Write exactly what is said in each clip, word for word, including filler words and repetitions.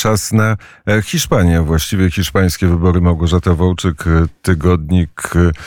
czas na Hiszpanię. Właściwie hiszpańskie wybory. Małgorzata Wołczyk, tygodnik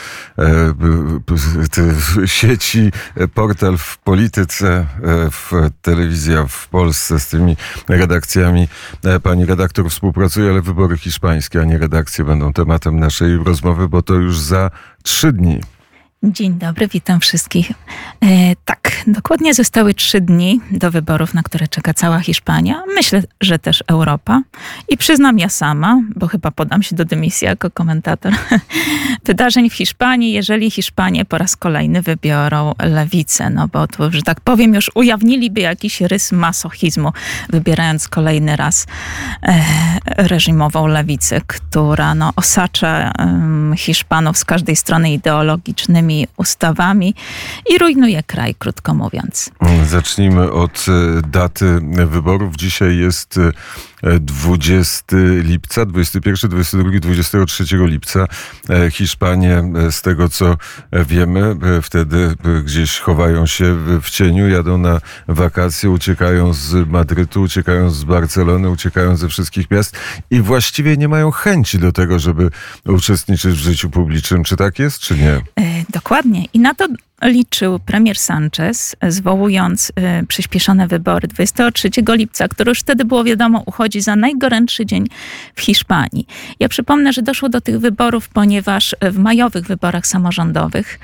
sieci, portal w polityce, w telewizja w Polsce z tymi redakcjami. Pani redaktor współpracuje, ale wybory hiszpańskie, a nie redakcje będą tematem naszej rozmowy, bo to już za trzy dni. Dzień dobry, witam wszystkich. E, tak, dokładnie zostały trzy dni do wyborów, na które czeka cała Hiszpania. Myślę, że też Europa. I przyznam ja sama, bo chyba podam się do dymisji jako komentator wydarzeń w Hiszpanii, jeżeli Hiszpanie po raz kolejny wybiorą lewicę. No bo tu, że tak powiem, już ujawniliby jakiś rys masochizmu, wybierając kolejny raz e, reżimową lewicę, która no, osacza e, Hiszpanów z każdej strony ideologicznymi ustawami i rujnuje kraj, krótko mówiąc. Zacznijmy od daty wyborów. Dzisiaj jest dwudziestego lipca, dwudziestego pierwszego, dwudziestego drugiego, dwudziestego trzeciego lipca. Hiszpanie, z tego co wiemy, wtedy gdzieś chowają się w cieniu, jadą na wakacje, uciekają z Madrytu, uciekają z Barcelony, uciekają ze wszystkich miast i właściwie nie mają chęci do tego, żeby uczestniczyć w życiu publicznym. Czy tak jest, czy nie? Dokładnie. I na to liczył premier Sanchez, zwołując y, przyspieszone wybory dwudziestego trzeciego lipca, który już wtedy było wiadomo uchodzi za najgorętszy dzień w Hiszpanii. Ja przypomnę, że doszło do tych wyborów, ponieważ w majowych wyborach samorządowych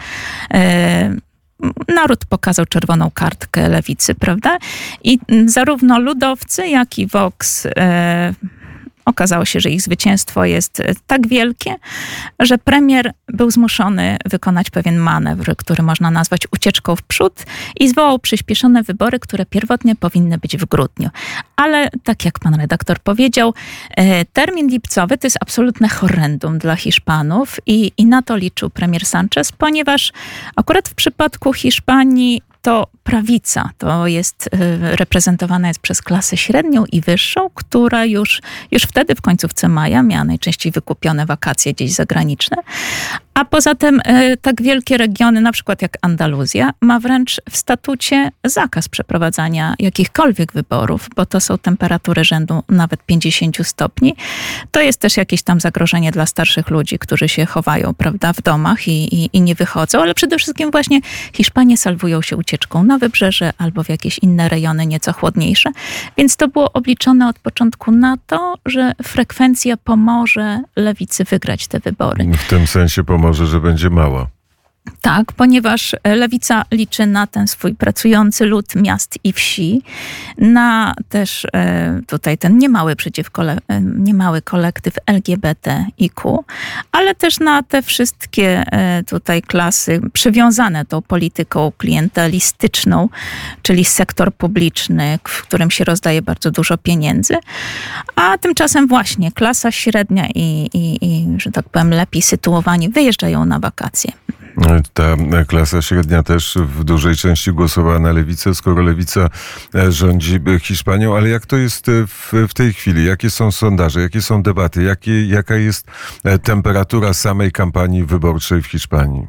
y, naród pokazał czerwoną kartkę lewicy, prawda? I zarówno ludowcy, jak i Vox y, okazało się, że ich zwycięstwo jest tak wielkie, że premier był zmuszony wykonać pewien manewr, który można nazwać ucieczką w przód i zwołał przyspieszone wybory, które pierwotnie powinny być w grudniu. Ale tak jak pan redaktor powiedział, termin lipcowy to jest absolutne horrendum dla Hiszpanów i, i na to liczył premier Sanchez, ponieważ akurat w przypadku Hiszpanii to prawica, to jest reprezentowana jest przez klasę średnią i wyższą, która już, już wtedy w końcówce maja miała najczęściej wykupione wakacje gdzieś zagraniczne. A poza tym tak wielkie regiony, na przykład jak Andaluzja, ma wręcz w statucie zakaz przeprowadzania jakichkolwiek wyborów, bo to są temperatury rzędu nawet pięćdziesiąt stopni. To jest też jakieś tam zagrożenie dla starszych ludzi, którzy się chowają, prawda, w domach i, i, i nie wychodzą, ale przede wszystkim właśnie Hiszpanie salwują się ucieczką na wybrzeże albo w jakieś inne rejony nieco chłodniejsze. Więc to było obliczone od początku na to, że frekwencja pomoże lewicy wygrać te wybory. W tym sensie pomoże, że będzie mała. Tak, ponieważ lewica liczy na ten swój pracujący lud miast i wsi, na też tutaj ten niemały przeciwko, niemały kolektyw L G B T I Q, ale też na te wszystkie tutaj klasy przywiązane tą polityką klientelistyczną, czyli sektor publiczny, w którym się rozdaje bardzo dużo pieniędzy, a tymczasem właśnie klasa średnia i, i, i że tak powiem lepiej sytuowani wyjeżdżają na wakacje. Ta klasa średnia też w dużej części głosowała na lewicę, skoro lewica rządzi Hiszpanią, ale jak to jest w, w tej chwili? Jakie są sondaże, jakie są debaty, jakie, jaka jest temperatura samej kampanii wyborczej w Hiszpanii?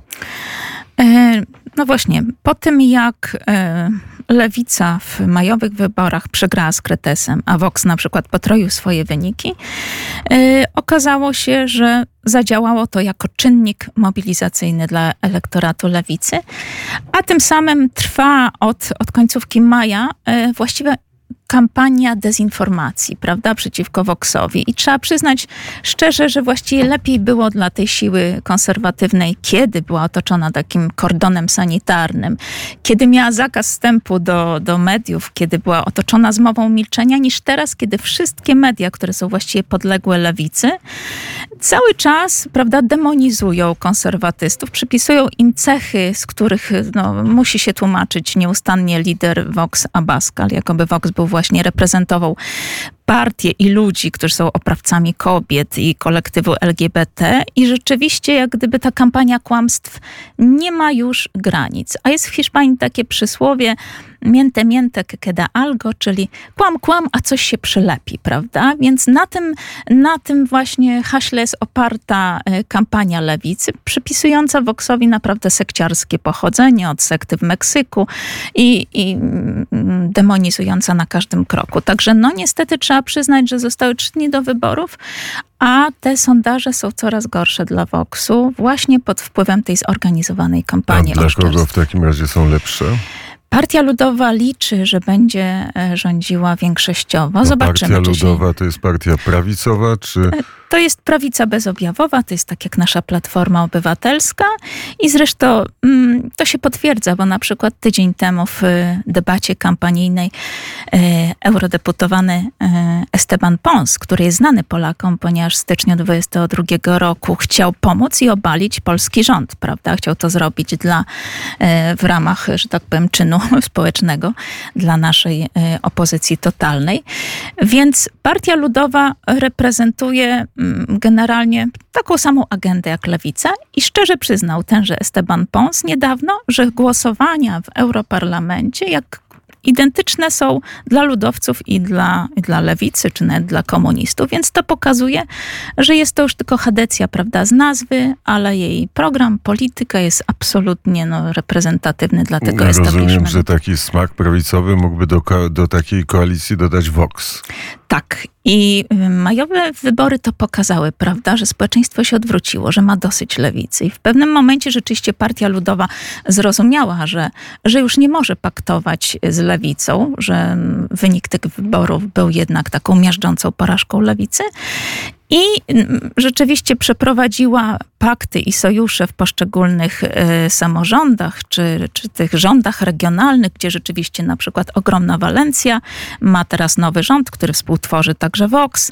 No właśnie, po tym jak lewica w majowych wyborach przegrała z Kretesem, a Vox na przykład potroił swoje wyniki, okazało się, że zadziałało to jako czynnik mobilizacyjny dla elektoratu lewicy, a tym samym trwa od, od końcówki maja właściwie kampania dezinformacji, prawda, przeciwko Voxowi. I trzeba przyznać szczerze, że właściwie lepiej było dla tej siły konserwatywnej, kiedy była otoczona takim kordonem sanitarnym, kiedy miała zakaz wstępu do, do mediów, kiedy była otoczona zmową milczenia, niż teraz, kiedy wszystkie media, które są właściwie podległe lewicy, cały czas, prawda, demonizują konserwatystów, przypisują im cechy, z których no, musi się tłumaczyć nieustannie lider Vox Abascal, jakoby Vox był właśnie reprezentował partię i ludzi, którzy są oprawcami kobiet i kolektywu L G B T i rzeczywiście jak gdyby ta kampania kłamstw nie ma już granic. A jest w Hiszpanii takie przysłowie miente miente que queda algo, czyli kłam, kłam, a coś się przylepi, prawda? Więc na tym, na tym właśnie haśle jest oparta kampania lewicy, przypisująca Voxowi naprawdę sekciarskie pochodzenie od sekty w Meksyku i, i demonizująca na każdym kroku. Także no niestety trzeba trzeba przyznać, że zostały trzy dni do wyborów, a te sondaże są coraz gorsze dla Voxu, właśnie pod wpływem tej zorganizowanej kampanii. A dla kogo w takim razie są lepsze? Partia Ludowa liczy, że będzie rządziła większościowo. No, Zobaczymy. Partia czy Ludowa się... to jest partia prawicowa, czy... To jest prawica bezobjawowa, to jest tak jak nasza Platforma Obywatelska i zresztą mm, to się potwierdza, bo na przykład tydzień temu w debacie kampanijnej e, eurodeputowany e, Esteban Pons, który jest znany Polakom, ponieważ w styczniu dwudziestego drugiego roku chciał pomóc i obalić polski rząd, prawda? Chciał to zrobić dla, e, w ramach, że tak powiem, czynu społecznego dla naszej e, opozycji totalnej. Więc Partia Ludowa reprezentuje generalnie taką samą agendę jak Lewica i szczerze przyznał tenże Esteban Pons niedawno, że głosowania w Europarlamencie jak identyczne są dla ludowców i dla, i dla lewicy, czy nawet dla komunistów, więc to pokazuje, że jest to już tylko chadecja, prawda, z nazwy, ale jej program, polityka jest absolutnie no, reprezentatywny dla tego establishmentu. Rozumiem, że taki smak prawicowy mógłby do, do takiej koalicji dodać Vox. Tak. I majowe wybory to pokazały, prawda, że społeczeństwo się odwróciło, że ma dosyć lewicy. I w pewnym momencie rzeczywiście Partia Ludowa zrozumiała, że, że już nie może paktować z lewicą, że wynik tych wyborów był jednak taką miażdżącą porażką lewicy. I rzeczywiście przeprowadziła pakty i sojusze w poszczególnych y, samorządach, czy, czy tych rządach regionalnych, gdzie rzeczywiście na przykład ogromna Walencja ma teraz nowy rząd, który współtworzy także Vox.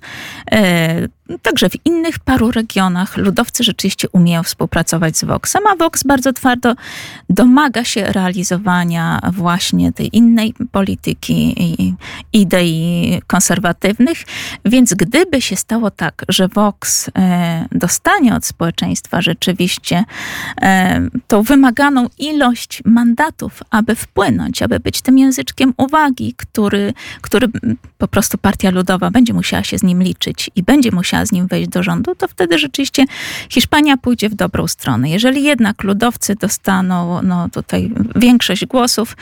Y, Także w innych paru regionach ludowcy rzeczywiście umieją współpracować z Voxem, a Vox bardzo twardo domaga się realizowania właśnie tej innej polityki i idei konserwatywnych. Więc gdyby się stało tak, że Vox e, dostanie od społeczeństwa rzeczywiście e, tą wymaganą ilość mandatów, aby wpłynąć, aby być tym języczkiem uwagi, który, który po prostu Partia Ludowa będzie musiała się z nim liczyć i będzie musiała z nim wejść do rządu, to wtedy rzeczywiście Hiszpania pójdzie w dobrą stronę. Jeżeli jednak ludowcy dostaną no, tutaj większość głosów,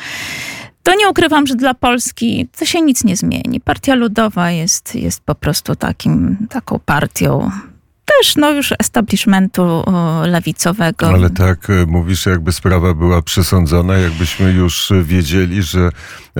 to nie ukrywam, że dla Polski to się nic nie zmieni. Partia Ludowa jest, jest po prostu takim, taką partią też no już establishmentu lewicowego. Ale tak mówisz, jakby sprawa była przesądzona, jakbyśmy już wiedzieli, że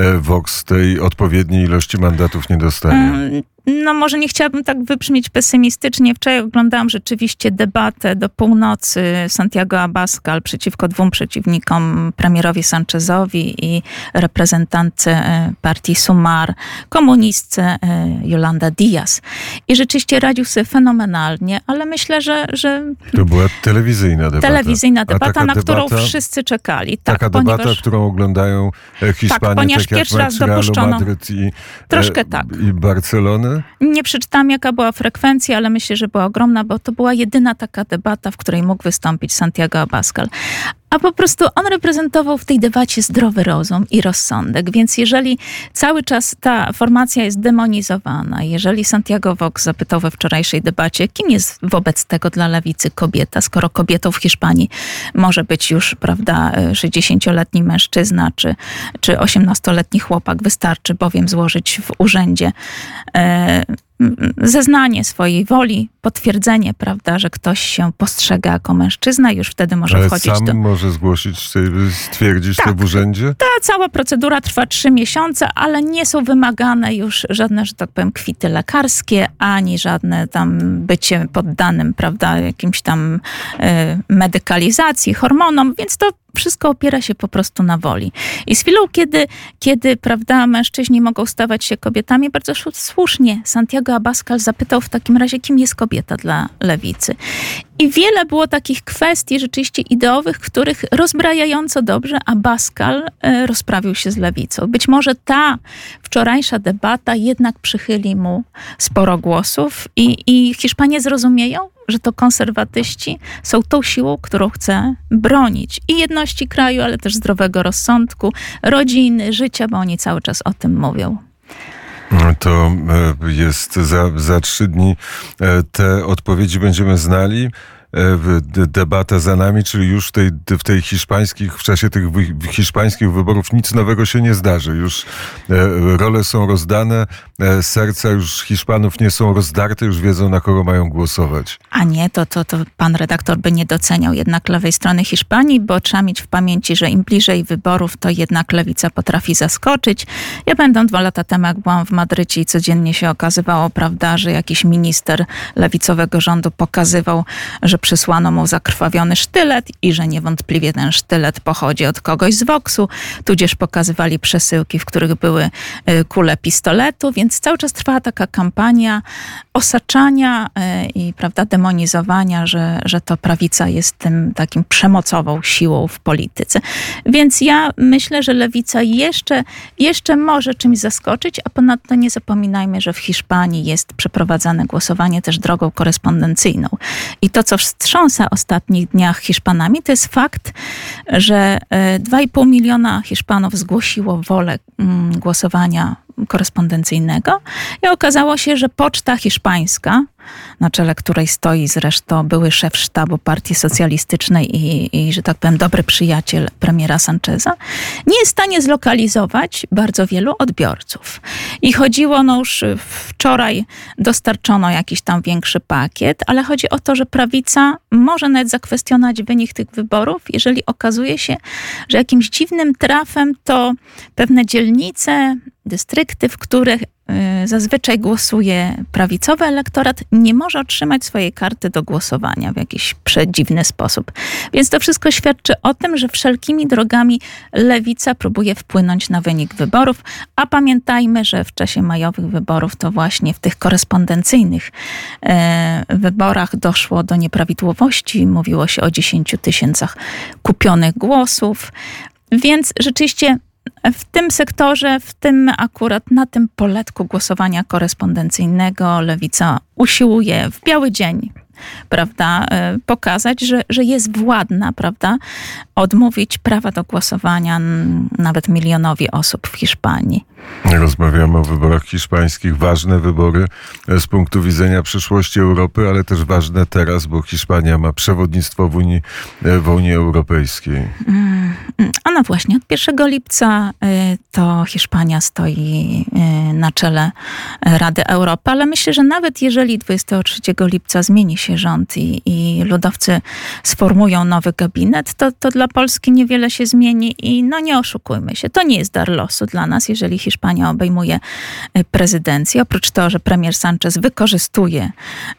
Vox tej odpowiedniej ilości mandatów nie dostanie. No może nie chciałabym tak wybrzmieć pesymistycznie. Wczoraj oglądałam rzeczywiście debatę do północy Santiago Abascal przeciwko dwóm przeciwnikom, premierowi Sanchezowi i reprezentantce partii Sumar, komunistce Yolanda Díaz. I rzeczywiście radził sobie fenomenalnie, ale myślę, że... że to była telewizyjna debata. Telewizyjna debata, na debata, którą wszyscy czekali. Tak, taka ponieważ, debata, którą oglądają Hiszpanie, tak, ponieważ tak jak pierwszy raz Realu dopuszczono... Madryt i, troszkę tak. i Barcelony. Nie przeczytałam, jaka była frekwencja, ale myślę, że była ogromna, bo to była jedyna taka debata, w której mógł wystąpić Santiago Abascal. A po prostu on reprezentował w tej debacie zdrowy rozum i rozsądek, więc jeżeli cały czas ta formacja jest demonizowana, jeżeli Santiago Vox zapytał we wczorajszej debacie, kim jest wobec tego dla lewicy kobieta, skoro kobietą w Hiszpanii może być już, prawda, sześćdziesięcioletni mężczyzna czy, czy osiemnastoletni chłopak, wystarczy bowiem złożyć w urzędzie e, zeznanie swojej woli, potwierdzenie, prawda, że ktoś się postrzega jako mężczyzna i już wtedy może Ale wchodzić sam do... może zgłosić, stwierdzić tak, to w urzędzie? Ta cała procedura trwa trzy miesiące, ale nie są wymagane już żadne, że tak powiem, kwity lekarskie, ani żadne tam bycie poddanym, prawda, jakimś tam y, medykalizacji, hormonom, więc to wszystko opiera się po prostu na woli. I z chwilą, kiedy, kiedy prawda, mężczyźni mogą stawać się kobietami, bardzo słusznie Santiago Abascal zapytał w takim razie, kim jest kobieta dla lewicy. I wiele było takich kwestii rzeczywiście ideowych, w których rozbrajająco dobrze Abascal rozprawił się z lewicą. Być może ta wczorajsza debata jednak przychyli mu sporo głosów i, i Hiszpanie zrozumieją, że to konserwatyści są tą siłą, którą chce bronić i jedności kraju, ale też zdrowego rozsądku, rodziny, życia, bo oni cały czas o tym mówią. To jest za, za trzy dni te odpowiedzi będziemy znali. debata za nami, czyli już w tej, w tej hiszpańskich, w czasie tych hiszpańskich wyborów nic nowego się nie zdarzy. Już role są rozdane, serca już Hiszpanów nie są rozdarte, już wiedzą, na kogo mają głosować. A nie, to, to, to pan redaktor by nie doceniał jednak lewej strony Hiszpanii, bo trzeba mieć w pamięci, że im bliżej wyborów, to jednak lewica potrafi zaskoczyć. Ja pamiętam dwa lata temu, jak byłam w Madrycie i codziennie się okazywało, prawda, że jakiś minister lewicowego rządu pokazywał, że przysłano mu zakrwawiony sztylet i że niewątpliwie ten sztylet pochodzi od kogoś z Voxu, tudzież pokazywali przesyłki, w których były kule pistoletu, więc cały czas trwała taka kampania osaczania i, prawda, demonizowania, że, że to prawica jest tym takim przemocową siłą w polityce. Więc ja myślę, że lewica jeszcze, jeszcze może czymś zaskoczyć, a ponadto nie zapominajmy, że w Hiszpanii jest przeprowadzane głosowanie też drogą korespondencyjną. I to, co wstrząsa w ostatnich dniach Hiszpanami, to jest fakt, że dwa i pół miliona Hiszpanów zgłosiło wolę głosowania korespondencyjnego i okazało się, że Poczta Hiszpańska, na czele której stoi zresztą były szef sztabu Partii Socjalistycznej i, i, że tak powiem, dobry przyjaciel premiera Sancheza, nie jest w stanie zlokalizować bardzo wielu odbiorców. I chodziło, no już wczoraj dostarczono jakiś tam większy pakiet, ale chodzi o to, że prawica może nawet zakwestionować wynik tych wyborów, jeżeli okazuje się, że jakimś dziwnym trafem to pewne dzielnice, dystrykty, w których zazwyczaj głosuje prawicowy elektorat, nie może otrzymać swojej karty do głosowania w jakiś przedziwny sposób. Więc to wszystko świadczy o tym, że wszelkimi drogami lewica próbuje wpłynąć na wynik wyborów, a pamiętajmy, że w czasie majowych wyborów to właśnie w tych korespondencyjnych e, wyborach doszło do nieprawidłowości. Mówiło się o dziesięciu tysiącach kupionych głosów. Więc rzeczywiście w tym sektorze, w tym akurat na tym poletku głosowania korespondencyjnego lewica usiłuje w biały dzień, prawda, pokazać, że, że jest władna, prawda, odmówić prawa do głosowania nawet milionowi osób w Hiszpanii. Rozmawiamy o wyborach hiszpańskich. Ważne wybory z punktu widzenia przyszłości Europy, ale też ważne teraz, bo Hiszpania ma przewodnictwo w Unii, w Unii Europejskiej. A no właśnie, od pierwszego lipca to Hiszpania stoi na czele Rady Europy, ale myślę, że nawet jeżeli dwudziestego trzeciego lipca zmieni się rząd i, i ludowcy sformują nowy gabinet, to, to dla Polski niewiele się zmieni i no nie oszukujmy się, to nie jest dar losu dla nas, jeżeli Hiszpania obejmuje prezydencję. Oprócz tego, że premier Sanchez wykorzystuje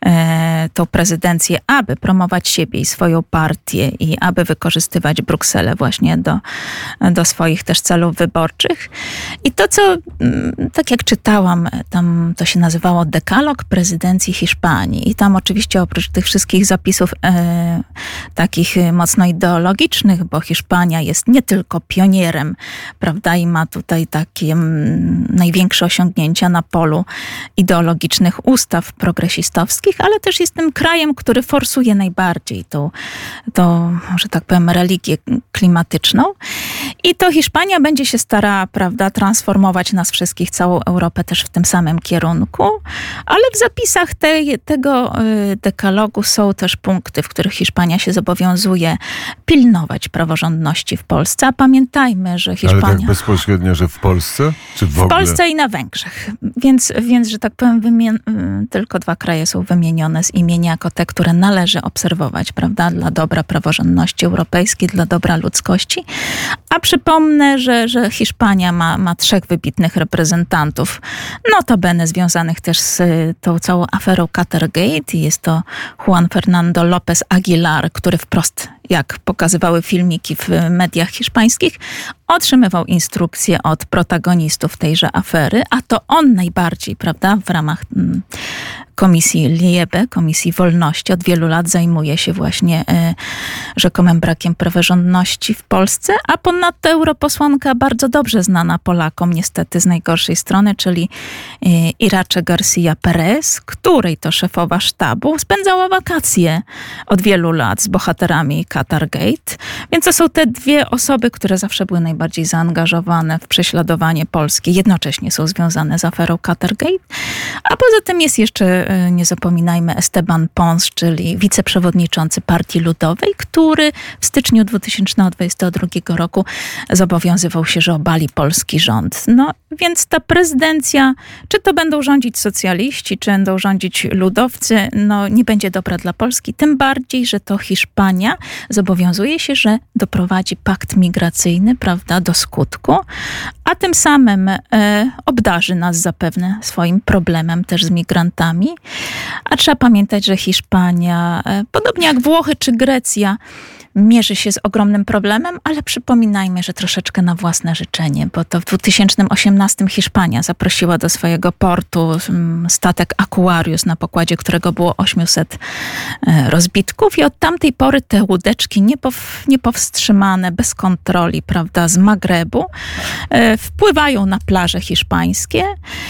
e, tą prezydencję, aby promować siebie i swoją partię i aby wykorzystywać Brukselę właśnie do, do swoich też celów wyborczych. I to, co tak jak czytałam, tam to się nazywało dekalog prezydencji Hiszpanii i tam oczywiście oprócz tych wszystkich zapisów e, takich mocno ideologicznych, bo Hiszpania jest nie tylko pionierem, prawda, i ma tutaj takie największe osiągnięcia na polu ideologicznych ustaw progresistowskich, ale też jest tym krajem, który forsuje najbardziej tą, tą, że tak powiem, religię klimatyczną. I to Hiszpania będzie się starała, prawda, transformować nas wszystkich, całą Europę też w tym samym kierunku, ale w zapisach tej, tego dekalogu są też punkty, w których Hiszpania się zobowiązuje pilnować praworządności w Polsce. A pamiętajmy, że Hiszpania... Ale tak bezpośrednio, że w Polsce? Czy w, w ogóle? Polsce i na Węgrzech. Więc, więc że tak powiem, wymien- tylko dwa kraje są wymienione z imienia jako te, które należy obserwować, prawda, dla dobra praworządności europejskiej, dla dobra ludzkości. A przypomnę, że, że Hiszpania ma, ma trzech wybitnych reprezentantów, notabene związanych też z tą całą aferą Qatargate. Jest to Juan Fernando López Aguilar, który wprost, jak pokazywały filmiki w mediach hiszpańskich, otrzymywał instrukcje od protagonistów tejże afery, a to on najbardziej, prawda, w ramach mm, Komisji Liebe, Komisji Wolności, od wielu lat zajmuje się właśnie y, rzekomym brakiem praworządności w Polsce, a ponadto europosłanka bardzo dobrze znana Polakom, niestety z najgorszej strony, czyli y, Irache García Pérez, której to szefowa sztabu spędzała wakacje od wielu lat z bohaterami Qatargate. Więc to są te dwie osoby, które zawsze były najbardziej zaangażowane w prześladowanie Polski. Jednocześnie są związane z aferą Qatargate. A poza tym jest jeszcze nie zapominajmy, Esteban Pons, czyli wiceprzewodniczący Partii Ludowej, który w styczniu dwa tysiące dwudziestego drugiego roku zobowiązywał się, że obali polski rząd. No więc ta prezydencja, czy to będą rządzić socjaliści, czy będą rządzić ludowcy, no nie będzie dobra dla Polski. Tym bardziej, że to Hiszpania zobowiązuje się, że doprowadzi pakt migracyjny, prawda, do skutku, a tym samym e, obdarzy nas zapewne swoim problemem też z migrantami. A trzeba pamiętać, że Hiszpania, e, podobnie jak Włochy czy Grecja, mierzy się z ogromnym problemem, ale przypominajmy, że troszeczkę na własne życzenie, bo to w dwa tysiące osiemnastym Hiszpania zaprosiła do swojego portu statek Aquarius, na pokładzie którego było osiemset rozbitków i od tamtej pory te łódeczki niepow, niepowstrzymane, bez kontroli, prawda, z Magrebu wpływają na plaże hiszpańskie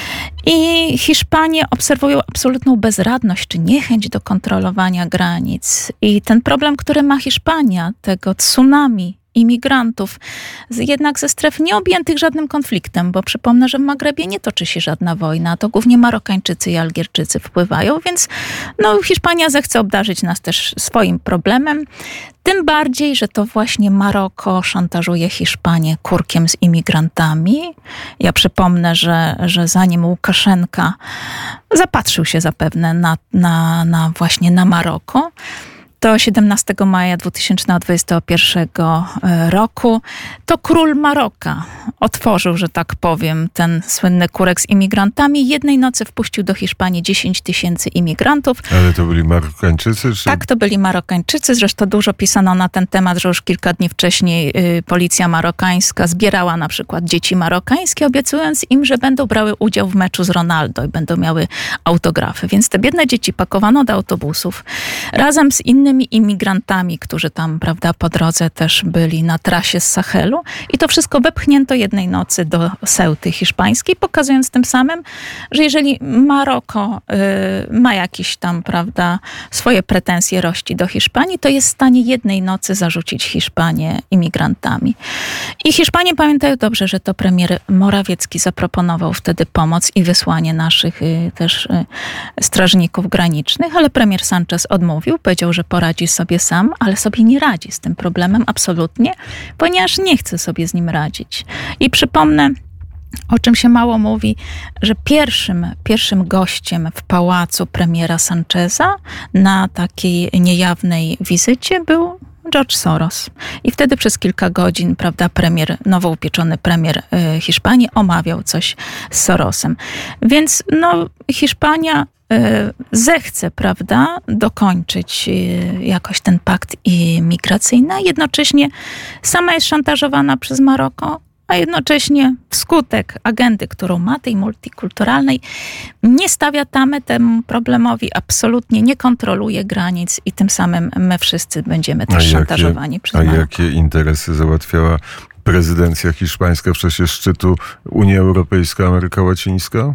i Hiszpanie obserwują absolutną bezradność czy niechęć do kontrolowania granic. I ten problem, który ma Hiszpania, tego tsunami imigrantów, jednak ze stref nieobjętych żadnym konfliktem, bo przypomnę, że w Magrebie nie toczy się żadna wojna, to głównie Marokańczycy i Algierczycy wpływają, więc no, Hiszpania zechce obdarzyć nas też swoim problemem. Tym bardziej, że to właśnie Maroko szantażuje Hiszpanię kurkiem z imigrantami. Ja przypomnę, że, że zanim Łukaszenka zapatrzył się zapewne na, na, na właśnie na Maroko, to siedemnastego maja dwa tysiące dwudziestego pierwszego roku to król Maroka otworzył, że tak powiem, ten słynny kurek z imigrantami. Jednej nocy wpuścił do Hiszpanii dziesięć tysięcy imigrantów. Ale to byli Marokańczycy? Czy... Tak, to byli Marokańczycy. Zresztą dużo pisano na ten temat, że już kilka dni wcześniej y, policja marokańska zbierała na przykład dzieci marokańskie, obiecując im, że będą brały udział w meczu z Ronaldo i będą miały autografy. Więc te biedne dzieci pakowano do autobusów razem z innymi imigrantami, którzy tam, prawda, po drodze też byli na trasie z Sahelu i to wszystko wepchnięto jednej nocy do Ceuty hiszpańskiej, pokazując tym samym, że jeżeli Maroko y, ma jakieś tam, prawda, swoje pretensje rości do Hiszpanii, to jest w stanie jednej nocy zarzucić Hiszpanię imigrantami. I Hiszpanie pamiętają dobrze, że to premier Morawiecki zaproponował wtedy pomoc i wysłanie naszych y, też y, strażników granicznych, ale premier Sanchez odmówił, powiedział, że poradzi sobie sam, ale sobie nie radzi z tym problemem absolutnie, ponieważ nie chce sobie z nim radzić. I przypomnę, o czym się mało mówi, że pierwszym, pierwszym gościem w pałacu premiera Sancheza na takiej niejawnej wizycie był George Soros. I wtedy przez kilka godzin, prawda, premier, nowo upieczony premier y, Hiszpanii omawiał coś z Sorosem. Więc no, Hiszpania zechce, prawda, dokończyć jakoś ten pakt migracyjny, a jednocześnie sama jest szantażowana przez Maroko, a jednocześnie wskutek agendy, którą ma, tej multikulturalnej, nie stawia tamy temu problemowi, absolutnie nie kontroluje granic i tym samym my wszyscy będziemy też a szantażowani jakie, przez A Maroko. jakie interesy załatwiała prezydencja hiszpańska w czasie szczytu Unia Europejska-Ameryka Łacińska?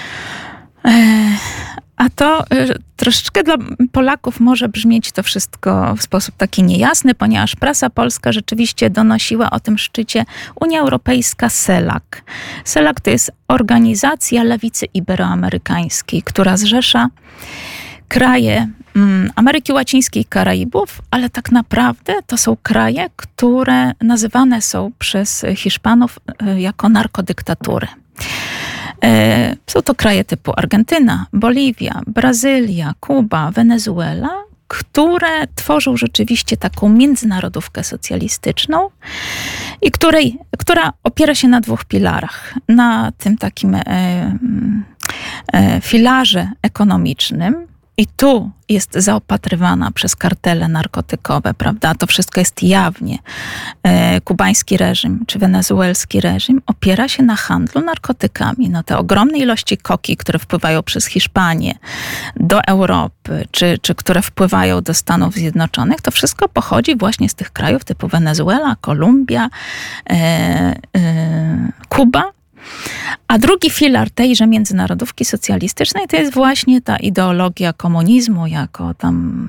A to y, troszeczkę dla Polaków może brzmieć to wszystko w sposób taki niejasny, ponieważ prasa polska rzeczywiście donosiła o tym szczycie Unia Europejska CELAC. CELAC to jest organizacja lewicy iberoamerykańskiej, która zrzesza kraje mm, Ameryki Łacińskiej i Karaibów, ale tak naprawdę to są kraje, które nazywane są przez Hiszpanów y, jako narkodyktatury. Są to kraje typu Argentyna, Boliwia, Brazylia, Kuba, Wenezuela, które tworzą rzeczywiście taką międzynarodówkę socjalistyczną i której, która opiera się na dwóch filarach. Na tym takim e, e, filarze ekonomicznym, i tu jest zaopatrywana przez kartele narkotykowe, prawda? To wszystko jest jawnie. E, kubański reżim czy wenezuelski reżim opiera się na handlu narkotykami. No te ogromne ilości koki, które wpływają przez Hiszpanię do Europy, czy, czy które wpływają do Stanów Zjednoczonych, to wszystko pochodzi właśnie z tych krajów typu Wenezuela, Kolumbia, e, e, Kuba. A drugi filar tejże międzynarodówki socjalistycznej to jest właśnie ta ideologia komunizmu jako tam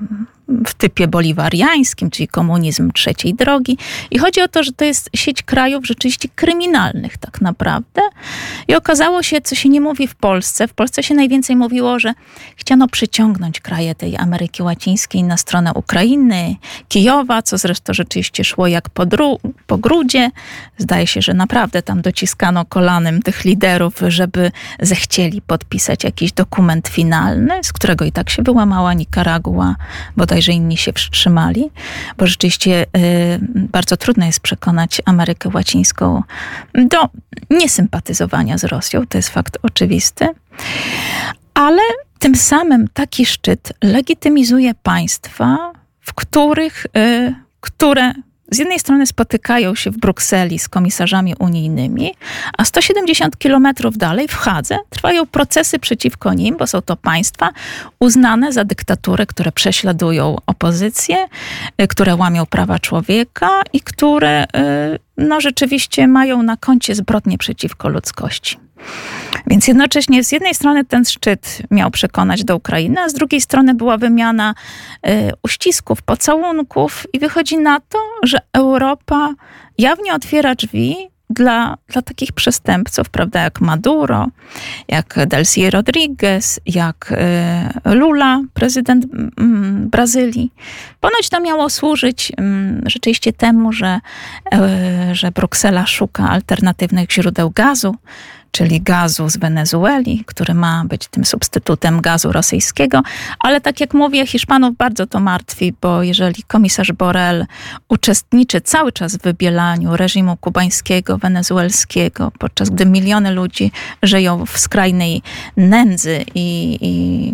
w typie boliwariańskim, czyli komunizm trzeciej drogi. I chodzi o to, że to jest sieć krajów rzeczywiście kryminalnych tak naprawdę. I okazało się, co się nie mówi w Polsce. W Polsce się najwięcej mówiło, że chciano przyciągnąć kraje tej Ameryki Łacińskiej na stronę Ukrainy, Kijowa, co zresztą rzeczywiście szło jak po, dru- po grudzie. Zdaje się, że naprawdę tam dociskano kolanem tych liderów, żeby zechcieli podpisać jakiś dokument finalny, z którego i tak się wyłamała Nikaragua, bodajże inni się wstrzymali, bo rzeczywiście y, bardzo trudno jest przekonać Amerykę Łacińską do niesympatyzowania z Rosją, to jest fakt oczywisty, ale tym samym taki szczyt legitymizuje państwa, w których, y, które z jednej strony spotykają się w Brukseli z komisarzami unijnymi, a sto siedemdziesiąt kilometrów dalej w Hadze trwają procesy przeciwko nim, bo są to państwa uznane za dyktatury, które prześladują opozycję, które łamią prawa człowieka i które no, rzeczywiście mają na koncie zbrodnie przeciwko ludzkości. Więc jednocześnie z jednej strony ten szczyt miał przekonać do Ukrainy, a z drugiej strony była wymiana y, uścisków, pocałunków i wychodzi na to, że Europa jawnie otwiera drzwi dla, dla takich przestępców, prawda, jak Maduro, jak Delcy Rodriguez, jak y, Lula, prezydent y, Brazylii. Ponoć to miało służyć y, rzeczywiście temu, że, y, że Bruksela szuka alternatywnych źródeł gazu, czyli gazu z Wenezueli, który ma być tym substytutem gazu rosyjskiego. Ale tak jak mówię, Hiszpanów bardzo to martwi, bo jeżeli komisarz Borrell uczestniczy cały czas w wybielaniu reżimu kubańskiego, wenezuelskiego, podczas gdy miliony ludzi żyją w skrajnej nędzy i, i,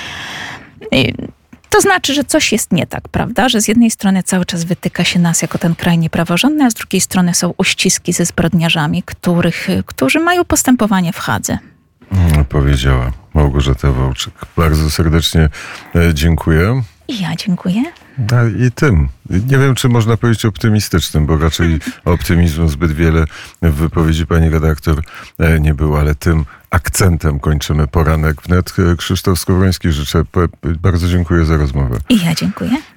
i to znaczy, że coś jest nie tak, prawda? Że z jednej strony cały czas wytyka się nas jako ten kraj niepraworządny, a z drugiej strony są uściski ze zbrodniarzami, których, którzy mają postępowanie w Hadze. Powiedziała Małgorzata Wołczyk. Bardzo serdecznie dziękuję. I ja dziękuję. A i tym. Nie wiem, czy można powiedzieć optymistycznym, bo raczej optymizmu zbyt wiele w wypowiedzi pani redaktor nie było, ale tym akcentem kończymy poranek wnet. Krzysztof Skowroński, życzę, bardzo dziękuję za rozmowę. I ja dziękuję.